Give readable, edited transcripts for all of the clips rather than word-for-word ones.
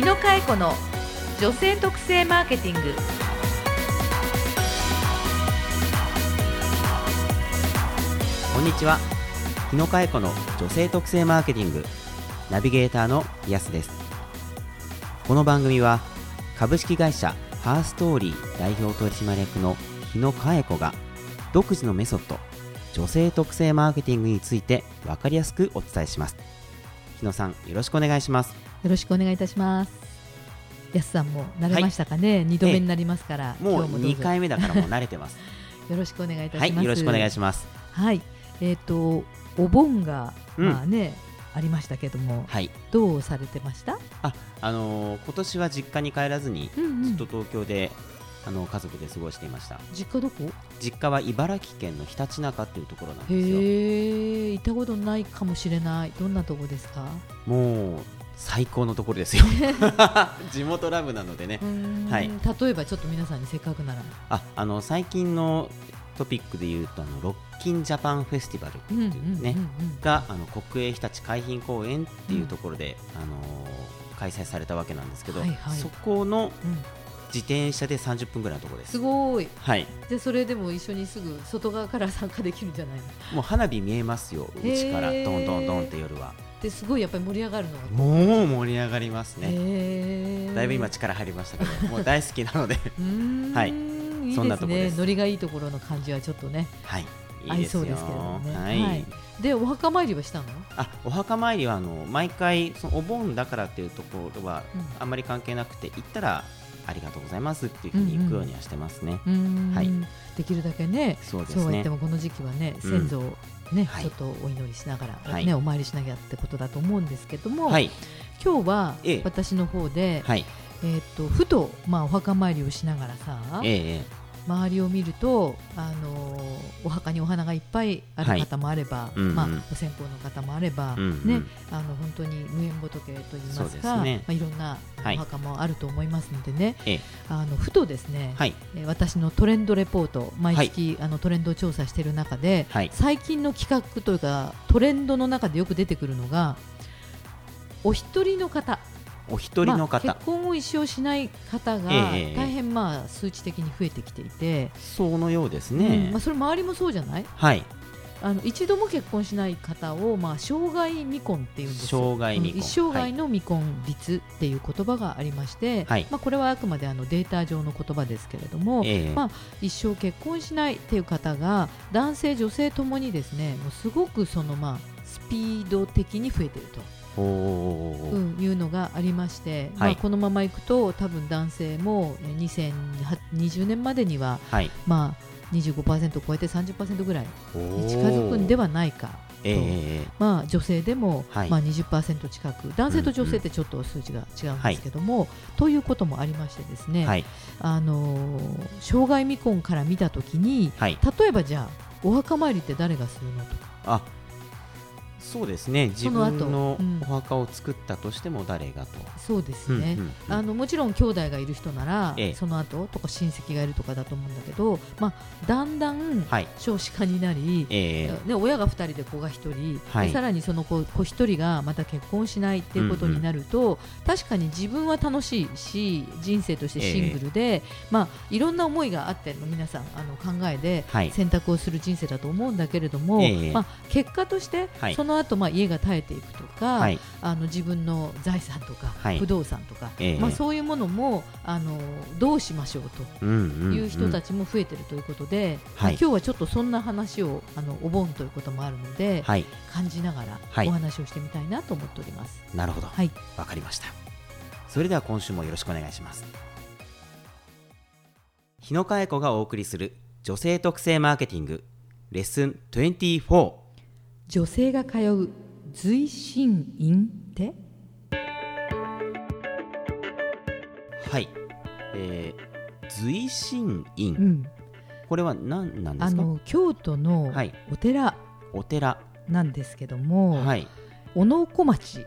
野佳恵子の女性特性マーケティング。 こんにちは。日野佳恵子の女性特性マーケティングナビゲーターのやすです。この番組は株式会社ハーストーリー代表取締役の日野佳恵子が独自のメソッド女性特性マーケティングについて分かりやすくお伝えします。日野さん、よろしくお願いします。 よろしくお願いいたします。やすさんも慣れましたかね、2度目になりますから、 もう今日もどうぞ 2回目だからもう慣れてますよろしくお願いいたします。 はい、よろしくお願いします。 はい、お盆が、まあね、ありましたけども、 はい、 どうされてました？ 今年は実家に帰らずに、ずっと東京で家族で過ごしていました。 実家どこ？ 実家は茨城県のひたちなかっていうところなんですよ。 へえ、行ったことないかもしれない。どんなとこですか？ もう最高のところですよ地元ラブなのでね。はい、 例えばちょっと皆さんにせっかくなら最近のトピックでいうとロッキンジャパンフェスティバルっていうね、が国営ひたち海浜公園っていうところで、開催されたわけなんですけど、そこの、自転車で30分ぐらいのところです。 すごい、 はい、 でそれでも一緒にすぐ外側から参加できるんじゃないの？ もう花火見えますよ、うちからドンドンドンって夜は。 ですごいやっぱり盛り上がるのがもう盛り上がりますね。だいぶ今力入りましたけどもう大好きなのではい、 いいですね。 そんなところです。 ノリがいいところの感じはちょっとね、 はい、 合いそうですけれどもね。 はいはい、 でお墓参りはしたの？ お墓参りは毎回そのお盆だからっていうところはあんまり関係なくて、行ったらありがとうございますっていうふうに行くようにはしてますね。はい、 できるだけね、 そうですね。 そうやってもこの時期はね、先祖をね、ちょっとお祈りしながら、ね、お参りしなきゃってことだと思うんですけども、今日は私の方で、ふと、お墓参りをしながらさ、周りを見るとお墓にお花がいっぱいある方もあれば、お線香の方もあれば、ね、本当に無縁仏といいますか、いろんなお墓もあると思いますのでね、ふとですね、私のトレンドレポート、毎月、トレンドを調査している中で、最近の企画というかトレンドの中でよく出てくるのがお一人の方、結婚を一生しない方が大変数値的に増えてきていて、 そのようですね。 それ周りもそうじゃない？一度も結婚しない方を、生涯未婚っていうんですよ。一生涯の未婚率っていう言葉がありまして、これはあくまでデータ上の言葉ですけれども、一生結婚しないっていう方が男性女性ともにですね、もうすごくスピード的に増えているというのがありまして、このままいくと多分男性も2020年までには、25% を超えて 30% ぐらいに近づくんではないかと、女性でも、20% 近く、男性と女性ってちょっと数字が違うんですけども、ということもありましてですね、生涯未婚から見たときに、例えばじゃあお墓参りって誰がするのとか、 そうですね、自分のお墓を作ったとしても誰がと。 そうですね、もちろん兄弟がいる人なら、その後とか親戚がいるとかだと思うんだけど、だんだん少子化になり、親が2人で子が1人、さらにその子1人がまた結婚しないっていうことになると、確かに自分は楽しいし人生としてシングルで、いろんな思いがあっての皆さん考えで選択をする人生だと思うんだけれども、結果としてその後家が絶えていくとか、自分の財産とか、不動産とか、そういうものもどうしましょうという人たちも増えているということで、今日はちょっとそんな話をお盆ということもあるので、感じながらお話をしてみたいなと思っております。 なるほど、わかりました。それでは今週もよろしくお願いします。日野佳恵子がお送りする女性特性マーケティングレッスン24、 女性が通う随心院って？ 随心院、これは何なんですか？ 京都のお寺なんですけども、小野小町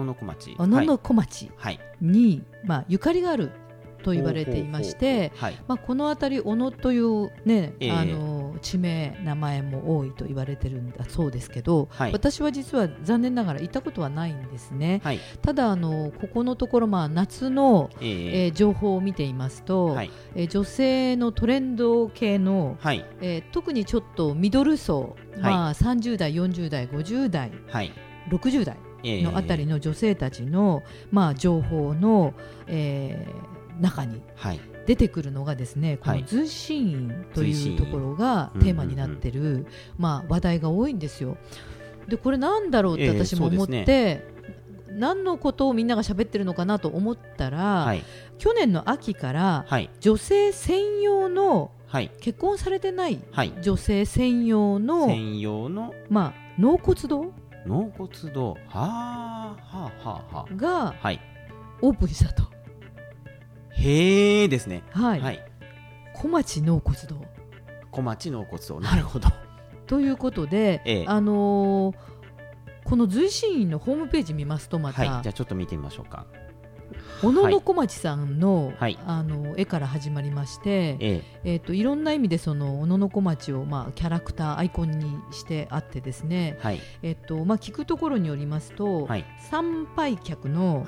に、ゆかりがあると言われていまして、この辺り小野という、 地名名前も多いと言われてるんだそうですけど、私は実は残念ながら行ったことはないんですね。ただここのところ、夏の、情報を見ていますと、女性のトレンド系の、特にちょっとミドル層、30代40代50代、60代のあたりの女性たちの、情報の、中に出てくるのがですね、この随心院というところがテーマになっている、話題が多いんですよ。でこれなんだろうって私も思って、何のことをみんなが喋ってるのかなと思ったら、去年の秋から、女性専用の、結婚されてない女性専用の、納骨堂がオープンしたと。 へーですね。 小町納骨堂、 なるほど。 ということで、この随心院のホームページ見ますと、また、 じゃあちょっと見てみましょうか。 小野小町さんの、絵から始まりまして、いろんな意味でその小野小町を、キャラクターアイコンにしてあってですね、聞くところによりますと、参拝客の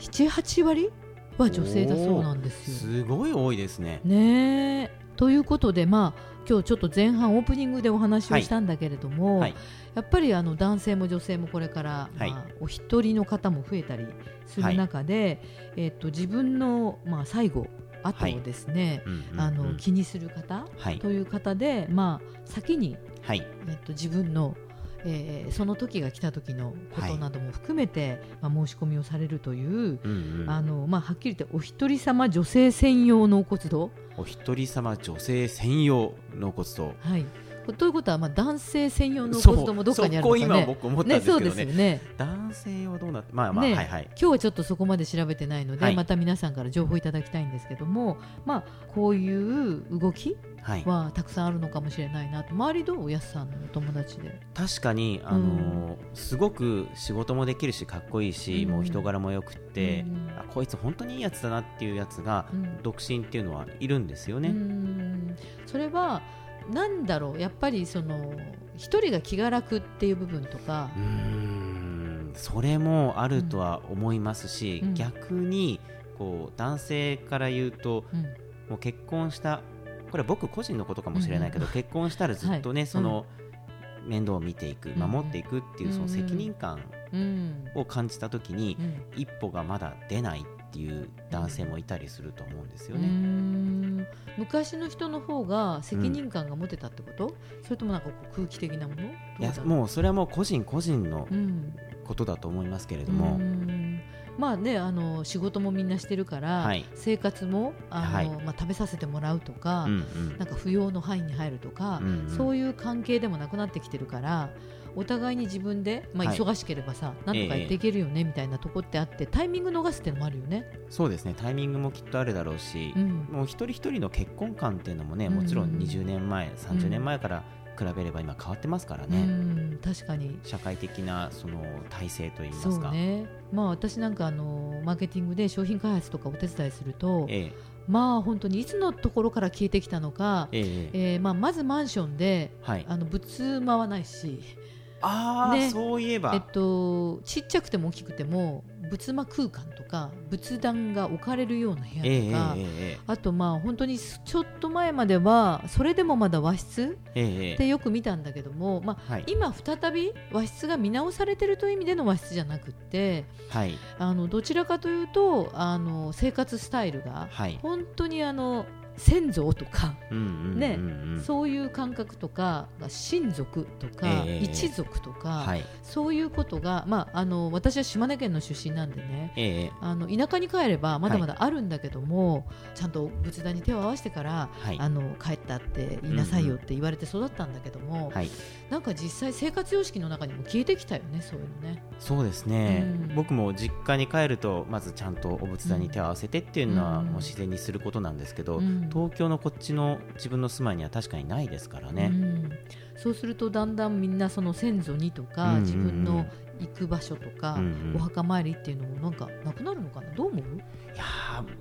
7,8 割は女性だそうなんですよ。 すごい多いですね。 ということで、今日ちょっと前半オープニングでお話をしたんだけれども、やっぱり男性も女性もこれから、お一人の方も増えたりする中で、自分の、最後後をですね、気にする方、という方で、先に、自分のその時が来た時のことなども含めて、申し込みをされるという、はっきり言ってお一人様女性専用納骨堂、 お一人様女性専用納骨堂、 ということは、男性専用納骨堂もどっかにあるのかね。 そこ今僕思ったんですけどね。 そうですよね。 男性はどうなって、 今日はちょっとそこまで調べてないので、また皆さんから情報いただきたいんですけども、こういう動きはたくさんあるのかもしれないなと。周りどう？おやすさんのお友達で。 確かにすごく仕事もできるしかっこいいし、もう人柄もよくって、こいつ本当にいいやつだなっていうやつが、独身っていうのはいるんですよね。 それはなんだろう、やっぱりその一人が気が楽っていう部分とか、 それもあるとは思いますし、逆にこう男性から言うと、もう結婚した、これは僕個人のことかもしれないけど、結婚したらずっとね、その面倒を見ていく、守っていくっていうその責任感を感じた時に、一歩がまだ出ないっていう男性もいたりすると思うんですよね。 昔の人の方が責任感が持てたってこと？それともなんかこう空気的なもの？ いや、もうそれはもう個人個人のことだと思いますけれども、 仕事もみんなしてるから、生活も食べさせてもらうとか、なんか扶養の範囲に入るとか、そういう関係でもなくなってきてるから、お互いに自分で、忙しければさ、なんとかやっていけるよねみたいなとこってあって、タイミング逃すっていうのもあるよね。 そうですね、タイミングもきっとあるだろうし、もう一人一人の結婚観っていうのもね、もちろん20年前30年前から比べれば今変わってますからね。 確かに社会的なその体制といいますか。 そうね、私なんかマーケティングで商品開発とかお手伝いすると、本当にいつのところから消えてきたのか、まずマンションで、仏間はないし、 そういえば、 ちっちゃくても大きくても仏間空間とか仏壇が置かれるような部屋とか、あと本当にちょっと前まではそれでもまだ和室ってよく見たんだけども、今再び和室が見直されてるという意味での和室じゃなくって、どちらかというと生活スタイルが本当に先祖とか、そういう感覚とか親族とか、一族とか、そういうことが、私は島根県の出身なんでね、田舎に帰ればまだまだあるんだけども、ちゃんと仏壇に手を合わせてから、帰ったって言いなさいよって言われて育ったんだけども、なんか実際生活様式の中にも消えてきたよね、そういうのね。 そうですね、僕も実家に帰るとまずちゃんとお仏壇に手を合わせてっていうのはもう自然にすることなんですけど、東京のこっちの自分の住まいには確かにないですからね。 そうするとだんだんみんなその先祖にとか、自分の行く場所とか、お墓参りっていうのもなんかなくなるのかな、どう思う？ いや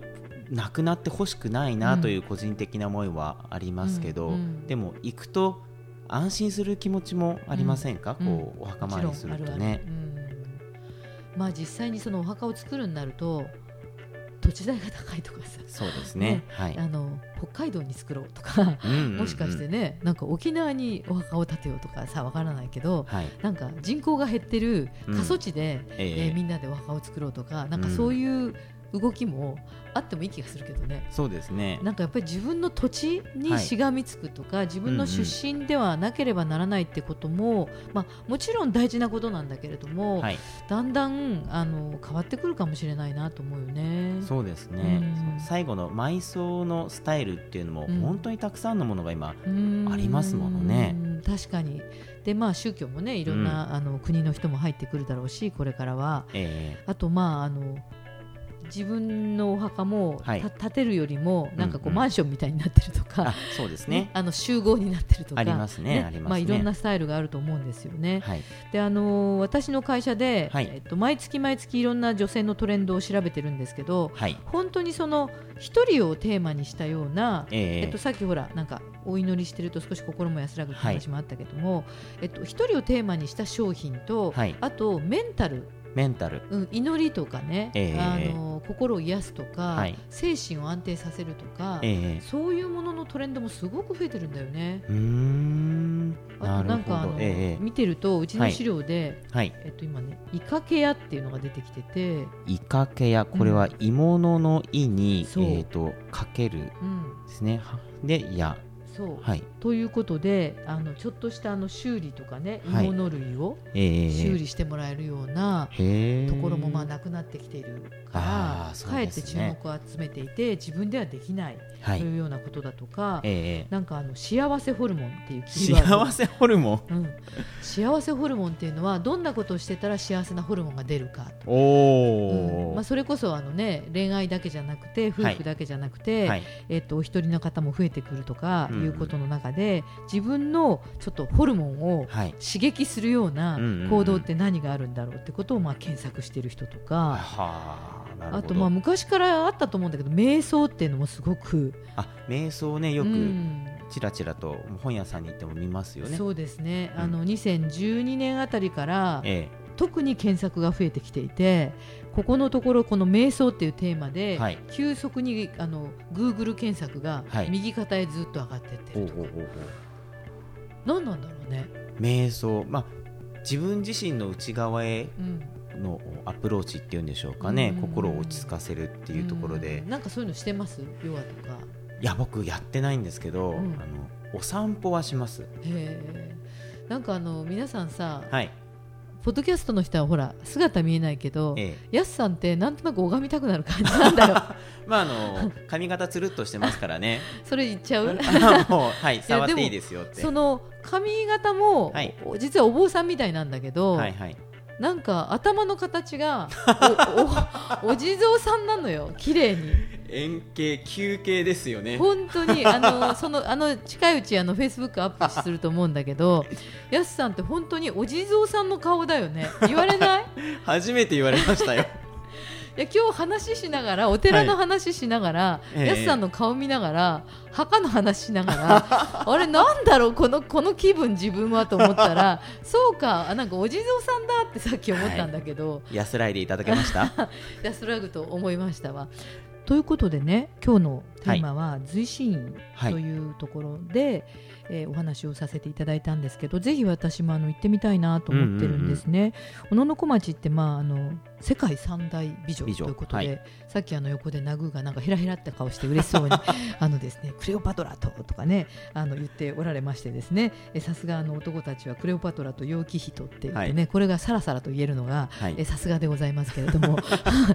なくなってほしくないなという個人的な思いはありますけど、でも行くと安心する気持ちもありませんか、こうお墓参りするとね。 まあ、実際にそのお墓を作るになると土地代が高いとかさ、 そうですね、はい、 北海道に作ろうとか、もしかしてね、なんか沖縄にお墓を建てようとかさ、わからないけど、なんか人口が減ってる過疎地で、みんなでお墓を作ろうとか、なんかそういう動きもあってもいい気がするけどね。 そうですね。 なんかやっぱり自分の土地にしがみつくとか、自分の出身ではなければならないってことも、もちろん大事なことなんだけれども、だんだん変わってくるかもしれないなと思うよね。 そうですね、最後の埋葬のスタイルっていうのも、本当にたくさんのものが今ありますものね。 確かに。で宗教もね、いろんな、国の人も入ってくるだろうし、これからは、あと自分のお墓も、建てるよりもなんかこう、マンションみたいになってるとか、 そうですね、 集合になってるとか、 ありますね、ありますね。 いろんなスタイルがあると思うんですよね。で私の会社で、毎月毎月いろんな女性のトレンドを調べてるんですけど、本当にその一人をテーマにしたような、さっきほらなんかお祈りしてると少し心も安らぐって話もあったけども、一人をテーマにした商品と、あとメンタル、祈りとかね、心を癒すとか、精神を安定させるとか、そういうもののトレンドもすごく増えてるんだよね。あとなんか見てるとうちの資料で、今ね、イカケヤっていうのが出てきてて、 イカケヤ、これは鋳物のイに、かけるですね、でヤ、ということで、ちょっとした修理とかね、鋳物類を修理してもらえるようなところもなくなってきているから、かえって注目を集めていて、自分ではできないというようなことだとか、なんか幸せホルモンっていうキーワード、 幸せホルモン、 幸せホルモンっていうのはどんなことをしてたら幸せなホルモンが出るかと、それこそ恋愛だけじゃなくて、夫婦だけじゃなくて、お一人の方も増えてくるとかいうことの中で、自分のちょっとホルモンを刺激するような行動って何があるんだろうってことを検索している人とか、あと昔からあったと思うんだけど、瞑想っていうのもすごく、 瞑想ね、よくちらちらと本屋さんに行っても見ますよね。 そうですね、2012年あたりから、特に検索が増えてきていて、ここのところこの瞑想っていうテーマで、急速にGoogle 検索が右肩へずっと上がっていってるとか、何なんだろうね。 瞑想、自分自身の内側へのアプローチっていうんでしょうかね、心を落ち着かせるっていうところで、 なんかそういうのしてます？ヨガとか。 いや、僕やってないんですけど、お散歩はします。 なんか皆さんさ、ポッドキャストの人はほら姿見えないけど、やすさんってなんとなく拝みたくなる感じなんだよ。 髪型つるっとしてますからね。 それ言っちゃう？ もう、触っていいですよって。 その髪型も、実はお坊さんみたいなんだけど、なんか頭の形が お地蔵さんなのよ、綺麗に。 円形、球形ですよね。 本当に近いうちフェイスブックアップすると思うんだけど、やすさんって本当にお地蔵さんの顔だよね。言われない？ 初めて言われましたよ。 いや、今日話しながら、お寺の話しながら、やすさんの顔見ながら、墓の話しながら、あれなんだろう、この気分自分はと思ったら、そうか、なんかお地蔵さんだってさっき思ったんだけど、 安らいでいただけました？ 安らぐと思いましたわ。ということでね、今日のテーマは随心院というところで、お話をさせていただいたんですけど、ぜひ私も行ってみたいなと思ってるんですね。小野小町って世界三大美女ということで、さっき横でナグーがなんかヘラヘラって顔して嬉しそうにですね、クレオパトラとかね言っておられましてですね、さすが男たちはクレオパトラと楊貴妃とって言ってね、これがさらさらと言えるのが、さすがでございますけれども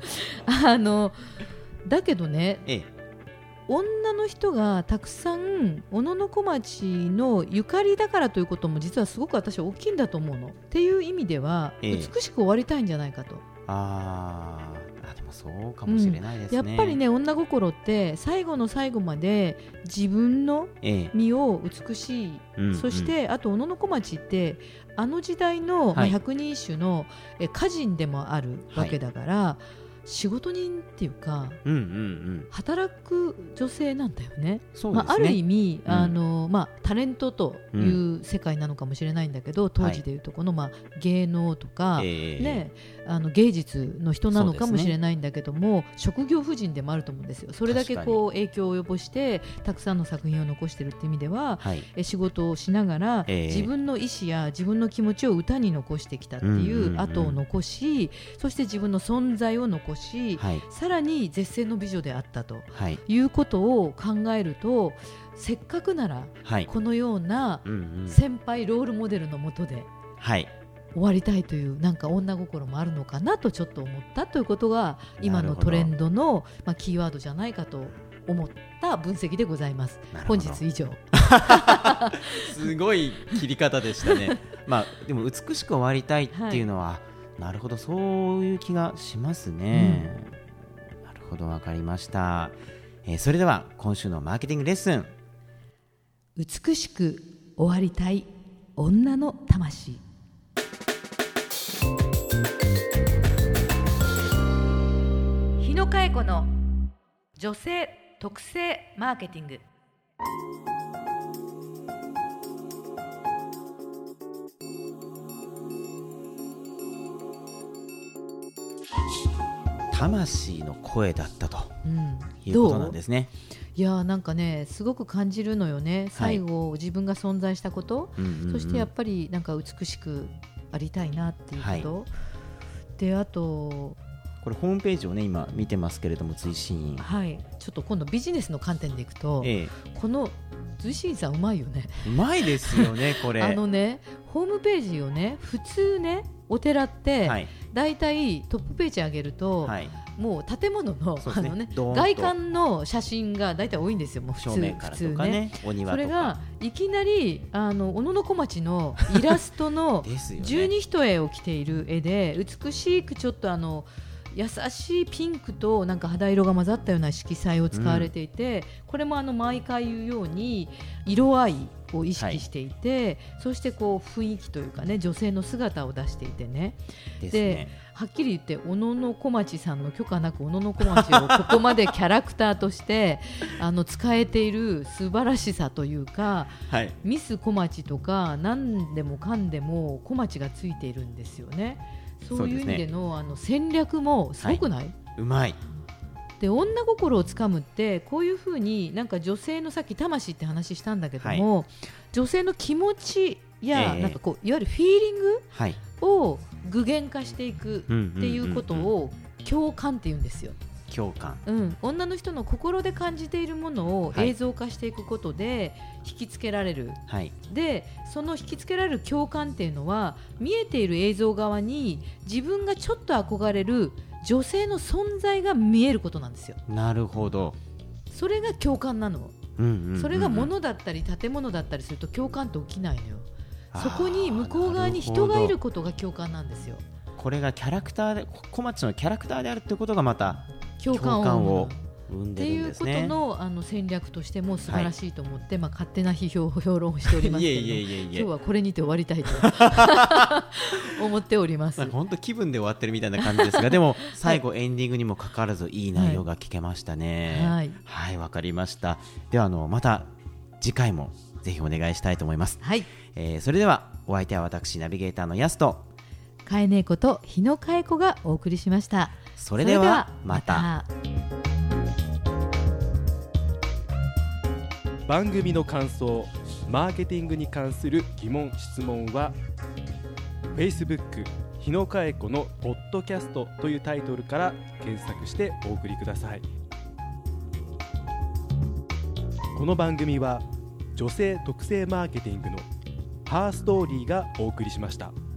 だけどね、女の人がたくさん小野小町のゆかりだからということも実はすごく私は大きいんだと思うの。っていう意味では、美しく終わりたいんじゃないかと。 でもそうかもしれないですね。 やっぱりね、女心って最後の最後まで自分の身を美しい、そしてあと小野小町って時代の百人一首の歌人でもあるわけだから、 仕事人っていうか、 うんうんうん、 働く女性なんだよね。 そうですね。 ある意味、タレントという世界なのかもしれないんだけど、当時でいうとこの、芸能とか、ね、芸術の人なのかもしれないんだけども、職業婦人でもあると思うんですよ。それだけこう影響を及ぼしてたくさんの作品を残しているっていう意味では、仕事をしながら、自分の意思や自分の気持ちを歌に残してきたっていう後を残し、そして自分の存在を残し、さらに絶世の美女であったということを考えると、せっかくならこのような先輩ロールモデルの下で終わりたいという、なんか女心もあるのかなとちょっと思ったということが今のトレンドのキーワードじゃないかと思った分析でございます。本日以上すごい切り方でしたね。でも美しく終わりたいっていうのは、なるほど、そういう気がしますね、なるほど、わかりました。それでは今週のマーケティングレッスン、 美しく終わりたい女の魂。日野佳恵子の女性特性マーケティング。 魂の声だったと、いうことなんですね。 いや、なんかね、すごく感じるのよね。最後、自分が存在したこと、そしてやっぱりなんか美しくありたいなっていうこと、で、あとこれホームページをね今見てますけれども、随心、 ちょっと今度ビジネスの観点でいくと、この随心さんうまいよね。 うまいですよねこれ。 ホームページをね、普通ね、お寺って、だいたいトップページ上げると、もう建物の、外観の写真がだいたい多いんですよ。もう普通、 正面からとかね、お庭とか。 それがいきなり小野小町のイラストの十二一重を着ている絵で、美しくちょっと優しいピンクとなんか肌色が混ざったような色彩を使われていて、これも毎回言うように色合いを意識していて、そしてこう雰囲気というかね、女性の姿を出していてね。で、はっきり言って小野小町さんの許可なく小野小町をここまでキャラクターとして使えている素晴らしさというか、ミス小町とか何でもかんでも小町がついているんですよね。そういう意味での、戦略もすごくない？ うまい。 で、女心をつかむってこういうふうに、なんか女性の、さっき魂って話したんだけども、女性の気持ちや、なんかこういわゆるフィーリングを具現化していくっていうことを共感って言うんですよ。 共感、 女の人の心で感じているものを映像化していくことで引きつけられる、で、その引きつけられる共感っていうのは、見えている映像側に自分がちょっと憧れる女性の存在が見えることなんですよ。 なるほど。 それが共感なの。それが物だったり建物だったりすると共感って起きないのよ。そこに向こう側に人がいることが共感なんですよ。 これがキャラクターで、小町のキャラクターであるってことがまた共感を生んでるんですね。 っていうことの、戦略としても素晴らしいと思って、勝手な評論をしておりますけれども、今日はこれにて終わりたいと思っております。 本当気分で終わってるみたいな感じですが、でも最後エンディングにもかかわらずいい内容が聞けましたね。わかりました。ではまた次回もぜひお願いしたいと思います。それではお相手は私ナビゲーターのやすとかえねえこと日野かえ子がお送りしました。 それではまた。 番組の感想、マーケティングに関する疑問・質問は Facebook 日野かえ子のポッドキャストというタイトルから検索してお送りください。この番組は女性特性マーケティングのハーストーリーがお送りしました。